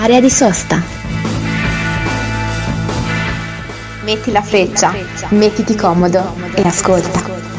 Area di sosta. Metti la freccia, mettiti comodo e ascolta.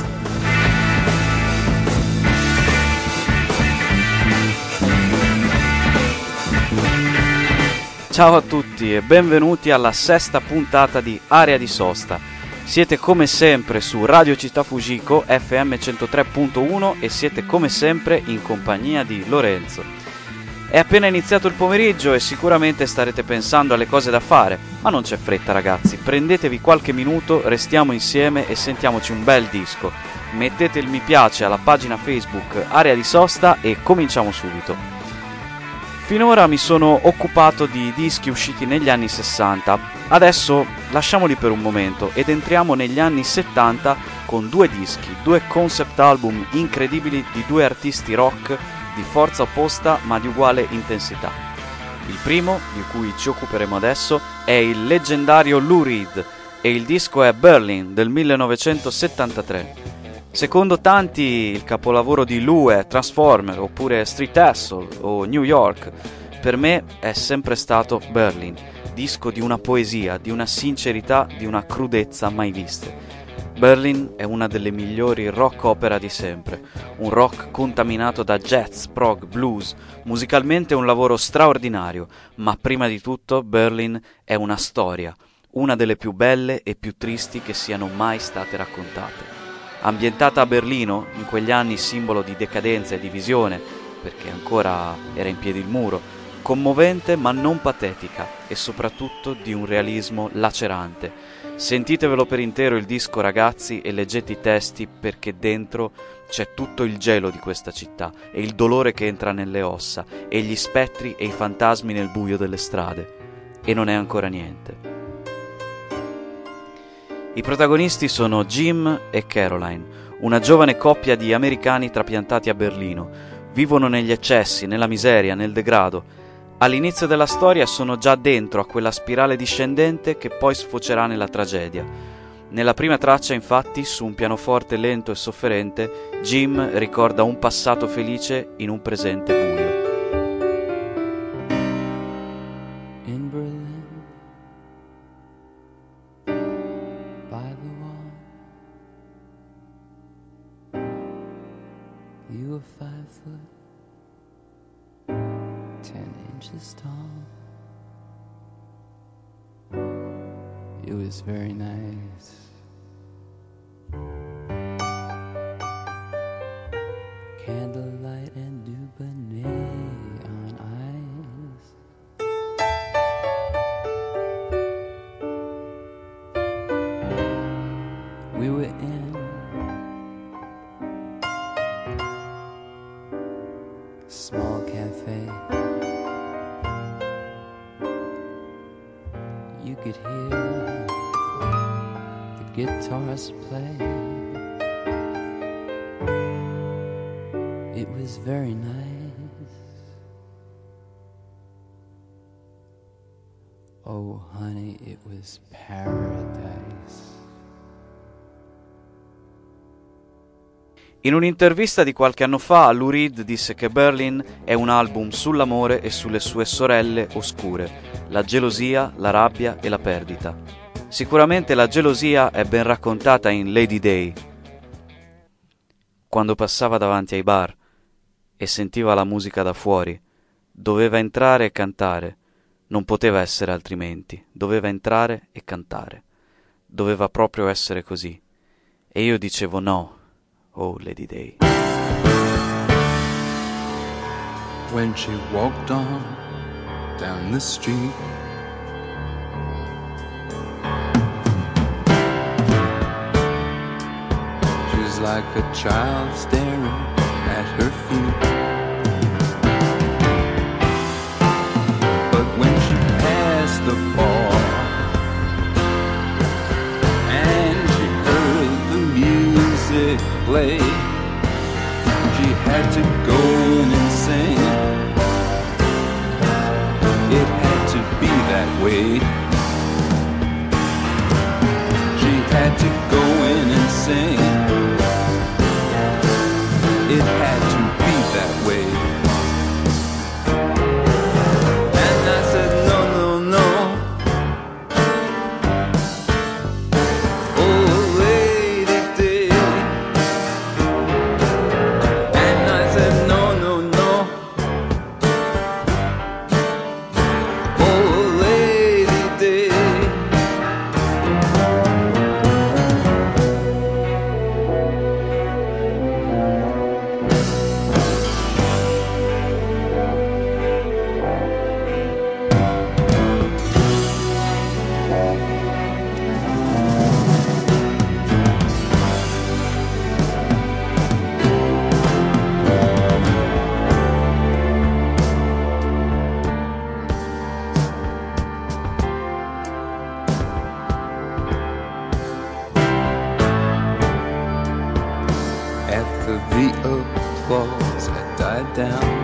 Ciao a tutti e benvenuti alla sesta puntata di Area di sosta. Siete come sempre su Radio Città Fujiko FM 103.1 e siete come sempre in compagnia di Lorenzo. È appena iniziato il pomeriggio e sicuramente starete pensando alle cose da fare, ma non c'è fretta ragazzi, prendetevi qualche minuto, restiamo insieme e sentiamoci un bel disco. Mettete il mi piace alla pagina Facebook Area di sosta e cominciamo subito. Finora mi sono occupato di dischi usciti negli anni 60, adesso lasciamoli per un momento ed entriamo negli anni 70 con due dischi, due concept album incredibili di due artisti rock di forza opposta ma di uguale intensità. Il primo, di cui ci occuperemo adesso, è il leggendario Lou Reed e il disco è Berlin del 1973. Secondo tanti il capolavoro di Lou è Transformer oppure Street Hustle o New York. Per me è sempre stato Berlin, disco di una poesia, di una sincerità, di una crudezza mai viste. Berlin è una delle migliori rock opera di sempre, un rock contaminato da jazz, prog, blues, musicalmente un lavoro straordinario, ma prima di tutto Berlin è una storia, una delle più belle e più tristi che siano mai state raccontate. Ambientata a Berlino, in quegli anni simbolo di decadenza e divisione, perché ancora era in piedi il muro, commovente ma non patetica e soprattutto di un realismo lacerante. Sentitevelo per intero il disco ragazzi e leggete i testi perché dentro c'è tutto il gelo di questa città e il dolore che entra nelle ossa e gli spettri e i fantasmi nel buio delle strade. E non è ancora niente. I protagonisti sono Jim e Caroline, una giovane coppia di americani trapiantati a Berlino. Vivono negli eccessi, nella miseria, nel degrado. All'inizio della storia sono già dentro a quella spirale discendente che poi sfocerà nella tragedia. Nella prima traccia, infatti, su un pianoforte lento e sofferente, Jim ricorda un passato felice in un presente buio. It was very nice. Candlelight and Dubonnet on ice. We were in a small cafe. You could hear the guitars play. It was very nice. Oh honey, it was paradise. In un'intervista di qualche anno fa, Lou Reed disse che Berlin è un album sull'amore e sulle sue sorelle oscure, la gelosia, la rabbia e la perdita. Sicuramente la gelosia è ben raccontata in Lady Day, quando passava davanti ai bar e sentiva la musica da fuori. Doveva entrare e cantare, non poteva essere altrimenti, doveva entrare e cantare. Doveva proprio essere così. E io dicevo no. Oh, Lady Day. When she walked on down the street, she was like a child staring at her feet. But when she passed the bar and she heard the music play, she had to go in and sing. It had to be that way. She had to go in and sing. It had to be that way. And I said the applause had died down.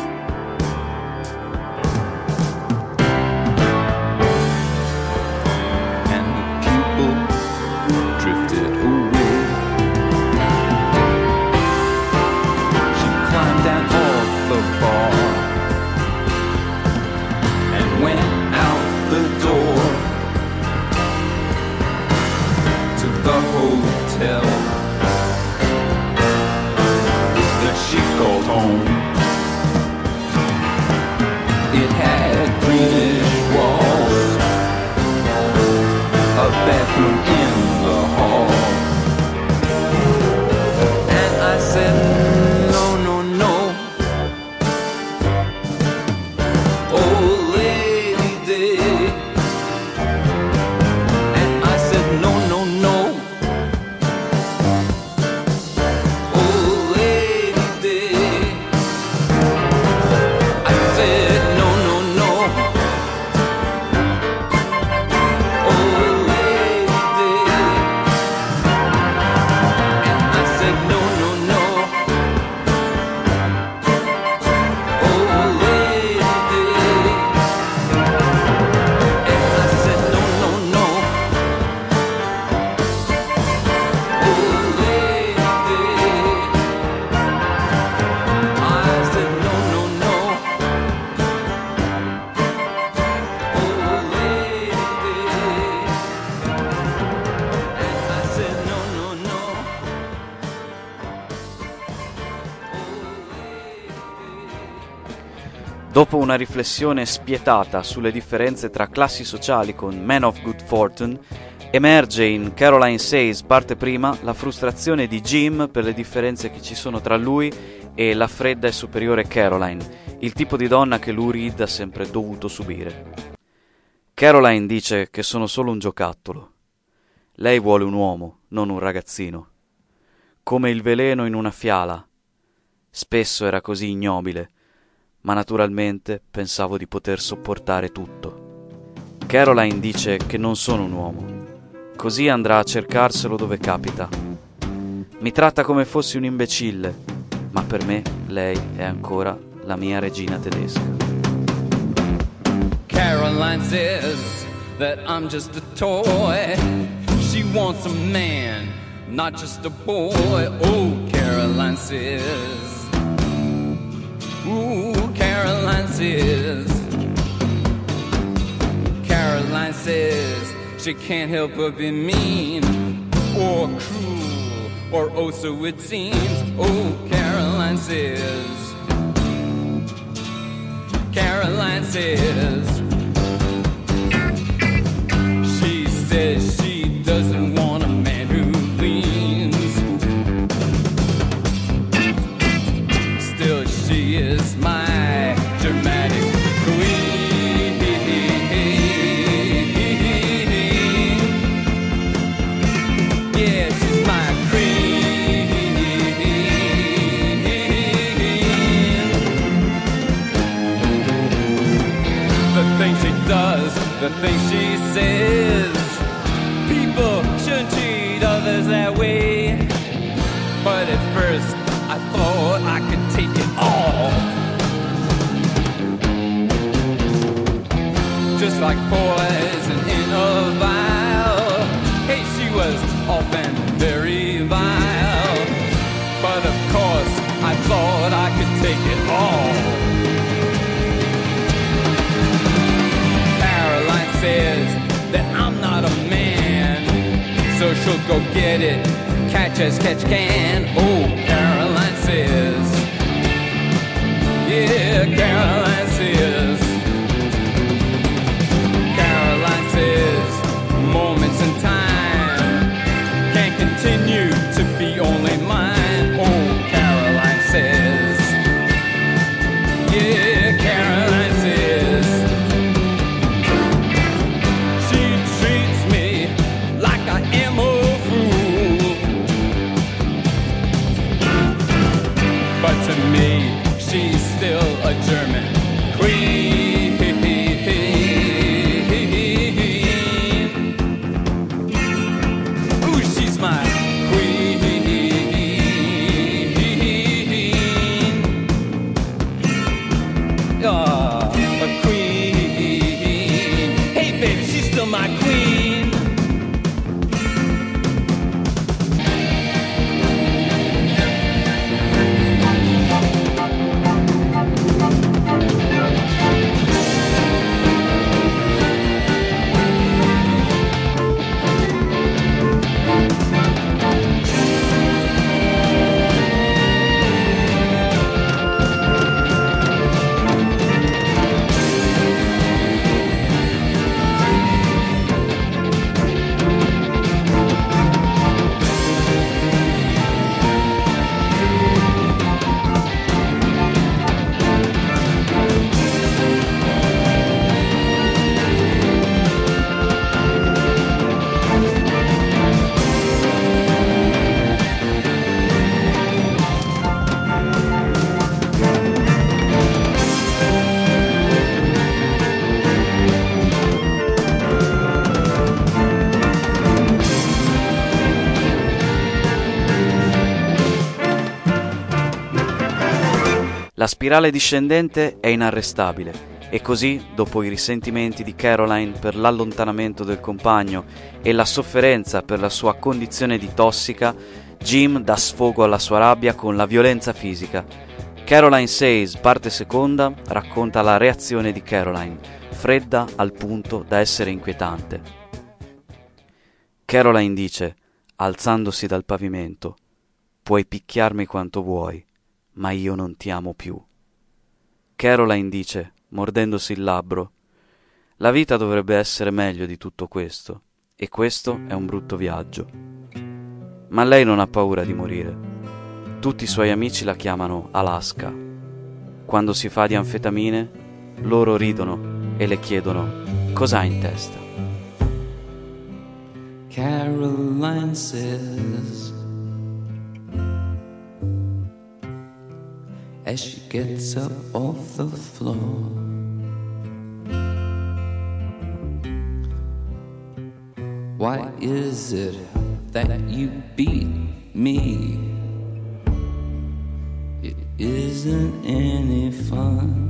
Dopo una riflessione spietata sulle differenze tra classi sociali con Man of Good Fortune, emerge in Caroline Says parte prima la frustrazione di Jim per le differenze che ci sono tra lui e la fredda e superiore Caroline, il tipo di donna che Lou Reed ha sempre dovuto subire. Caroline dice che sono solo un giocattolo. Lei vuole un uomo, non un ragazzino. Come il veleno in una fiala. Spesso era così ignobile, ma naturalmente pensavo di poter sopportare tutto. Caroline dice che non sono un uomo, così andrà a cercarselo dove capita. Mi tratta come fossi un imbecille, ma per me lei è ancora la mia regina tedesca. Caroline says that I'm just a toy. She wants a man, not just a boy. Oh, Caroline says. Ooh, Caroline says. Caroline says she can't help but be mean or cruel or oh so it seems. Oh, Caroline says. Caroline says. She says she doesn't want a man who leans. Still, she is my dramatic queen. Yeah, she's my queen. The things she does, the things she says, people shouldn't treat others that way. But at first I thought I could take it all, just like poison in a vial. Hey, she was often very vile, but of course I thought I could take it all. Caroline says that I'm not a man, so she'll go get it, catch as catch can. Oh, Caroline says. Yeah, Caroline says. Caroline says moments in time can't continue to be only mine. Oh, Caroline says. Yeah, Caroline says. She treats me like I am a fool, but to me she's still a German baby, she's still my queen. La spirale discendente è inarrestabile e così, dopo i risentimenti di Caroline per l'allontanamento del compagno e la sofferenza per la sua condizione di tossica, Jim dà sfogo alla sua rabbia con la violenza fisica. Caroline Says, parte seconda, racconta la reazione di Caroline, fredda al punto da essere inquietante. Caroline dice, alzandosi dal pavimento, «Puoi picchiarmi quanto vuoi, ma io non ti amo più». Caroline dice, mordendosi il labbro, «La vita dovrebbe essere meglio di tutto questo, e questo è un brutto viaggio». Ma lei non ha paura di morire. Tutti i suoi amici la chiamano Alaska. Quando si fa di anfetamine, loro ridono e le chiedono «Cos'ha in testa?». Caroline says, as she gets up off the floor, why is it that you beat me? It isn't any fun.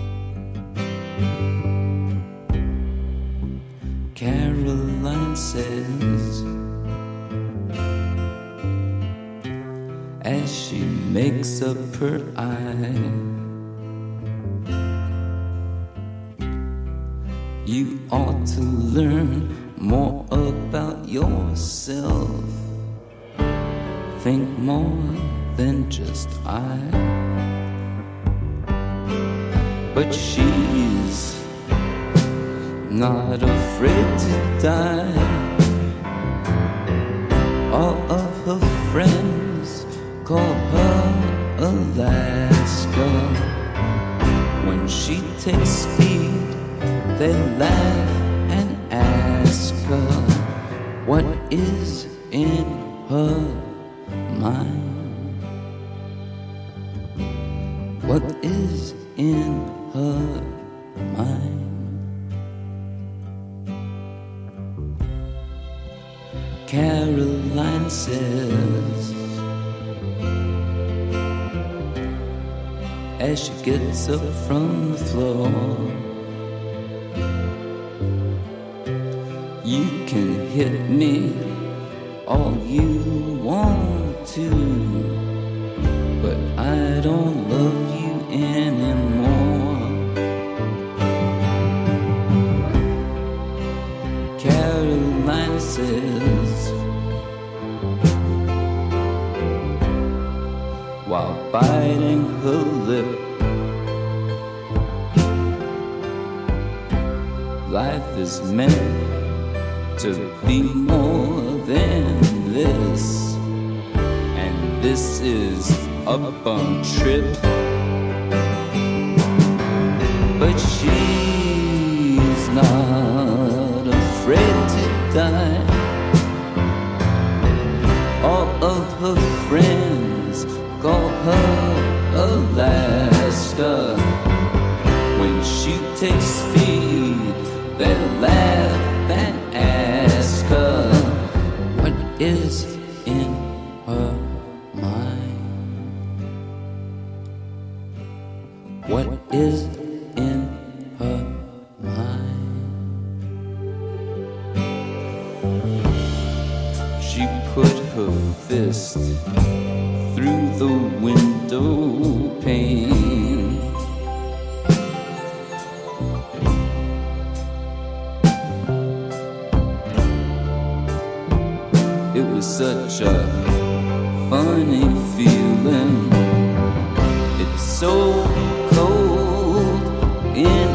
Caroline says, as she makes up her eye, you ought to learn more about yourself. Think more than just I. But she's not afraid to die. All of her friends call her Alaska. When she takes speed, they laugh and ask her what is in her mind. What is in her mind? Caroline says, as she gets up from the floor, you can hit me all you want to, but I don't love you anymore. Caroline says, while biting her lip, life is meant to be more than this, and this is a bum trip. But she's not afraid to die. All of her friends call her Alaska. When she takes speed, they laugh and ask her what is in her mind. What is in her mind? her fist through the window pane. It was such a funny feeling. It's so cold in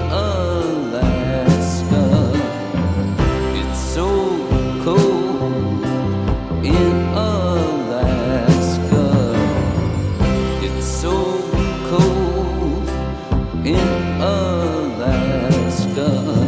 Alaska. It's so cold in Alaska. It's so cold in Alaska.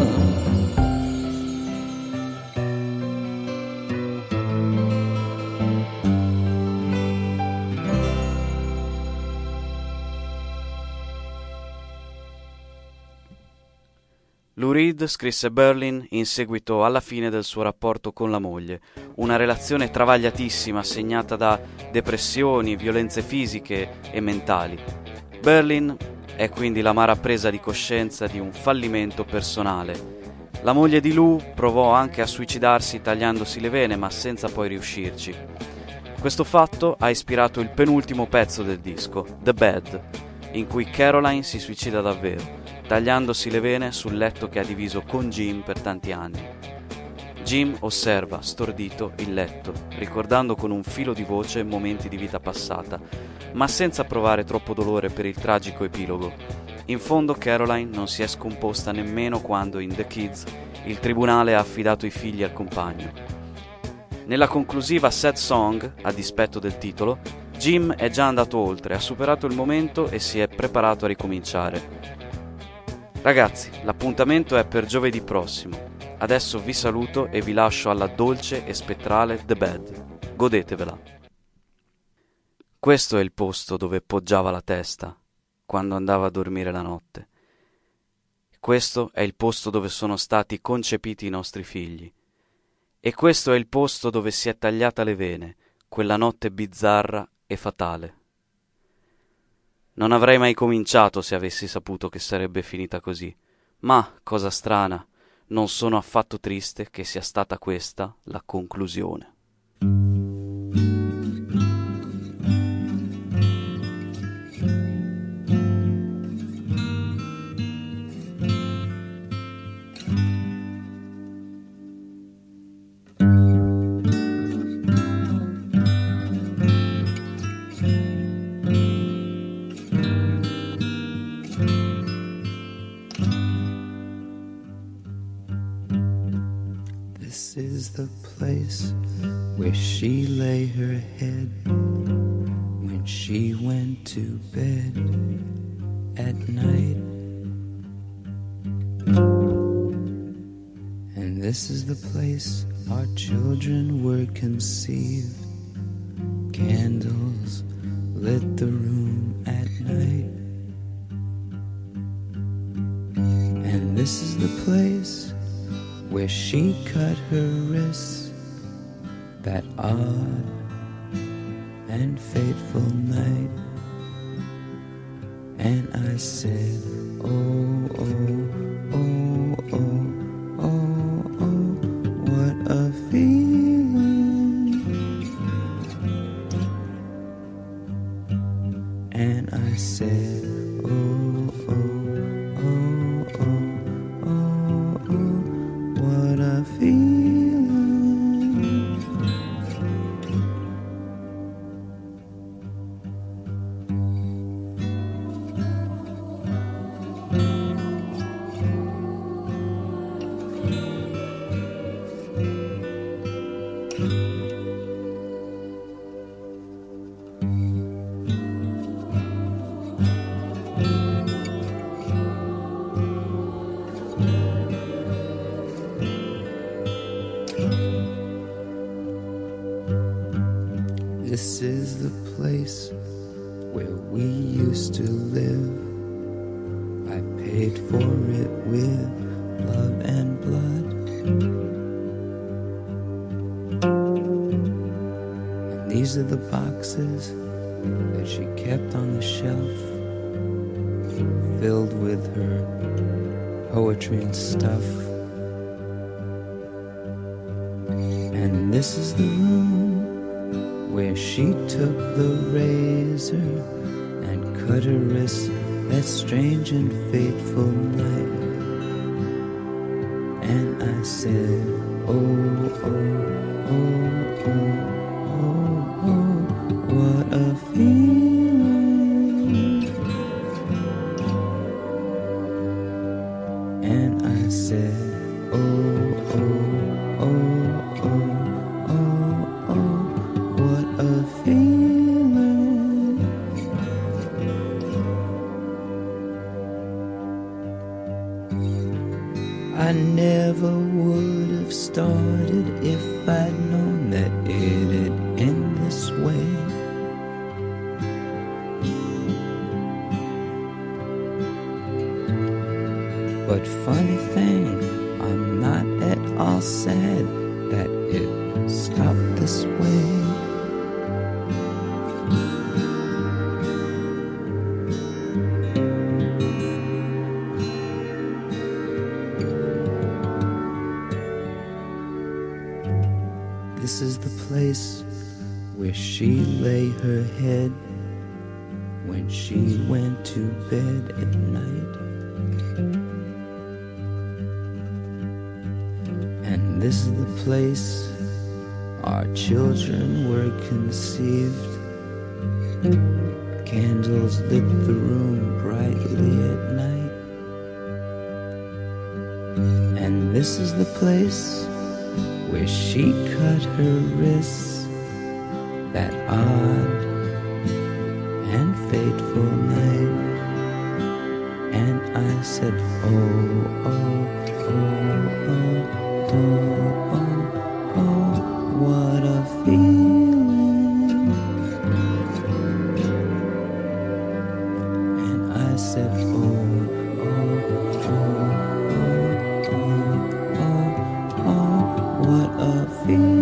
Lou Reed scrisse Berlin in seguito alla fine del suo rapporto con la moglie, una relazione travagliatissima segnata da depressioni, violenze fisiche e mentali. Berlin è quindi l'amara presa di coscienza di un fallimento personale. La moglie di Lou provò anche a suicidarsi tagliandosi le vene, ma senza poi riuscirci. Questo fatto ha ispirato il penultimo pezzo del disco, The Bed, in cui Caroline si suicida davvero, tagliandosi le vene sul letto che ha diviso con Jim per tanti anni. Jim osserva, stordito, il letto, ricordando con un filo di voce momenti di vita passata, ma senza provare troppo dolore per il tragico epilogo. In fondo Caroline non si è scomposta nemmeno quando in The Kids il tribunale ha affidato i figli al compagno. Nella conclusiva Sad Song, a dispetto del titolo, Jim è già andato oltre, ha superato il momento e si è preparato a ricominciare. Ragazzi, l'appuntamento è per giovedì prossimo. Adesso vi saluto e vi lascio alla dolce e spettrale The Bed. Godetevela. Questo è il posto dove poggiava la testa quando andava a dormire la notte. Questo è il posto dove sono stati concepiti i nostri figli. E questo è il posto dove si è tagliata le vene, quella notte bizzarra e fatale. Non avrei mai cominciato se avessi saputo che sarebbe finita così, ma, cosa strana, non sono affatto triste che sia stata questa la conclusione. This is the place where she lay her head when she went to bed at night. And this is the place our children were conceived. Candles lit the room at night. And this is the place where she cut her wrists that odd and fateful night. And I said, oh, oh, oh, oh, oh, oh, what a feeling. And I said, oh, oh, oh, oh, oh, oh, what a feeling. This is the place where we used to live. I paid for it with love and blood. And these are the boxes that she kept on the shelf, filled with her poetry and stuff. And this is the room where she took the razor and cut her wrist that strange and fateful night. And I said, oh, oh, oh, oh, oh, oh, what a feeling. And I said, oh, oh, oh, oh, oh, oh, what a feeling. I never would have started if I'd known that it'd end this way. But funny thing, I'm not at all sad that it stopped this way. This is the place where she lay her head when she went to bed at night. And this is the place our children were conceived. Candles lit the room brightly at night. And this is the place where she cut her wrists that odd and fateful night. And I said, oh, oh, oh, oh, oh, oh, oh, what a feeling. And I said, oh, oh, oh, oh, oh, oh, oh, what a feeling.